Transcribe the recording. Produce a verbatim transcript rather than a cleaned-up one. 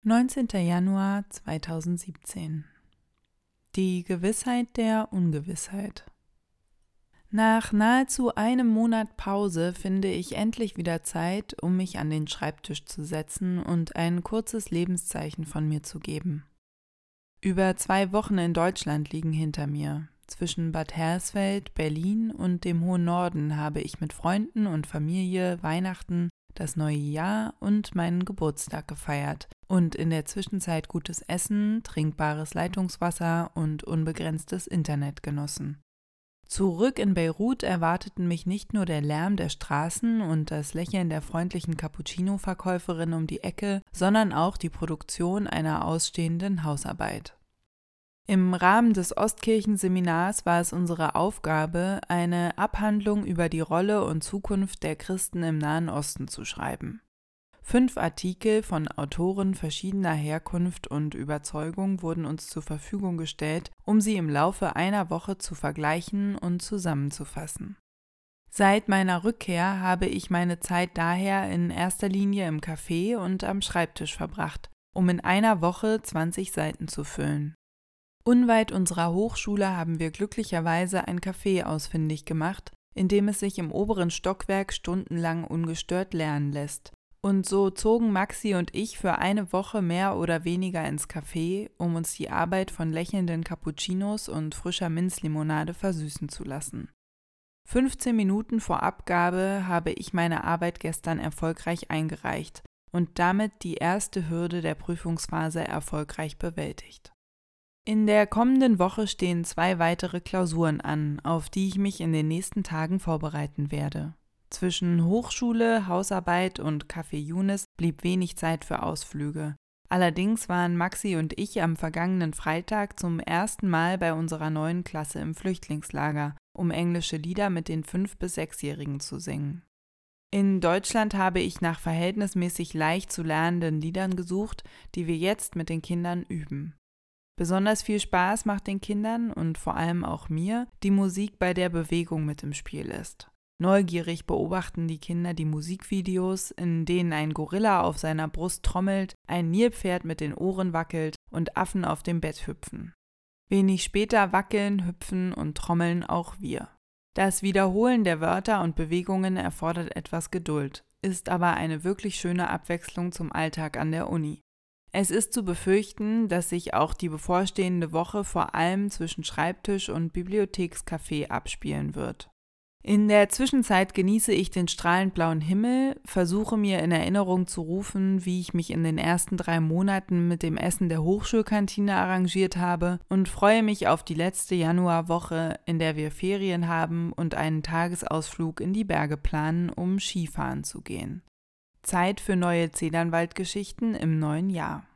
neunzehnter Januar zweitausendsiebzehn. Die Gewissheit der Ungewissheit. Nach nahezu einem Monat Pause finde ich endlich wieder Zeit, um mich an den Schreibtisch zu setzen und ein kurzes Lebenszeichen von mir zu geben. Über zwei Wochen in Deutschland liegen hinter mir. Zwischen Bad Hersfeld, Berlin und dem hohen Norden habe ich mit Freunden und Familie Weihnachten, das neue Jahr und meinen Geburtstag gefeiert und in der Zwischenzeit gutes Essen, trinkbares Leitungswasser und unbegrenztes Internet genossen. Zurück in Beirut erwarteten mich nicht nur der Lärm der Straßen und das Lächeln der freundlichen Cappuccino-Verkäuferin um die Ecke, sondern auch die Produktion einer ausstehenden Hausarbeit. Im Rahmen des Ostkirchenseminars war es unsere Aufgabe, eine Abhandlung über die Rolle und Zukunft der Christen im Nahen Osten zu schreiben. Fünf Artikel von Autoren verschiedener Herkunft und Überzeugung wurden uns zur Verfügung gestellt, um sie im Laufe einer Woche zu vergleichen und zusammenzufassen. Seit meiner Rückkehr habe ich meine Zeit daher in erster Linie im Café und am Schreibtisch verbracht, um in einer Woche zwanzig Seiten zu füllen. Unweit unserer Hochschule haben wir glücklicherweise ein Café ausfindig gemacht, in dem es sich im oberen Stockwerk stundenlang ungestört lernen lässt. Und so zogen Maxi und ich für eine Woche mehr oder weniger ins Café, um uns die Arbeit von lächelnden Cappuccinos und frischer Minzlimonade versüßen zu lassen. fünfzehn Minuten vor Abgabe habe ich meine Arbeit gestern erfolgreich eingereicht und damit die erste Hürde der Prüfungsphase erfolgreich bewältigt. In der kommenden Woche stehen zwei weitere Klausuren an, auf die ich mich in den nächsten Tagen vorbereiten werde. Zwischen Hochschule, Hausarbeit und Café Younes blieb wenig Zeit für Ausflüge. Allerdings waren Maxi und ich am vergangenen Freitag zum ersten Mal bei unserer neuen Klasse im Flüchtlingslager, um englische Lieder mit den fünf- bis sechsjährigen zu singen. In Deutschland habe ich nach verhältnismäßig leicht zu lernenden Liedern gesucht, die wir jetzt mit den Kindern üben. Besonders viel Spaß macht den Kindern und vor allem auch mir die Musik, bei der Bewegung mit im Spiel ist. Neugierig beobachten die Kinder die Musikvideos, in denen ein Gorilla auf seiner Brust trommelt, ein Nilpferd mit den Ohren wackelt und Affen auf dem Bett hüpfen. Wenig später wackeln, hüpfen und trommeln auch wir. Das Wiederholen der Wörter und Bewegungen erfordert etwas Geduld, ist aber eine wirklich schöne Abwechslung zum Alltag an der Uni. Es ist zu befürchten, dass sich auch die bevorstehende Woche vor allem zwischen Schreibtisch und Bibliothekscafé abspielen wird. In der Zwischenzeit genieße ich den strahlend blauen Himmel, versuche mir in Erinnerung zu rufen, wie ich mich in den ersten drei Monaten mit dem Essen der Hochschulkantine arrangiert habe und freue mich auf die letzte Januarwoche, in der wir Ferien haben und einen Tagesausflug in die Berge planen, um Skifahren zu gehen. Zeit für neue Zedernwald-Geschichten im neuen Jahr.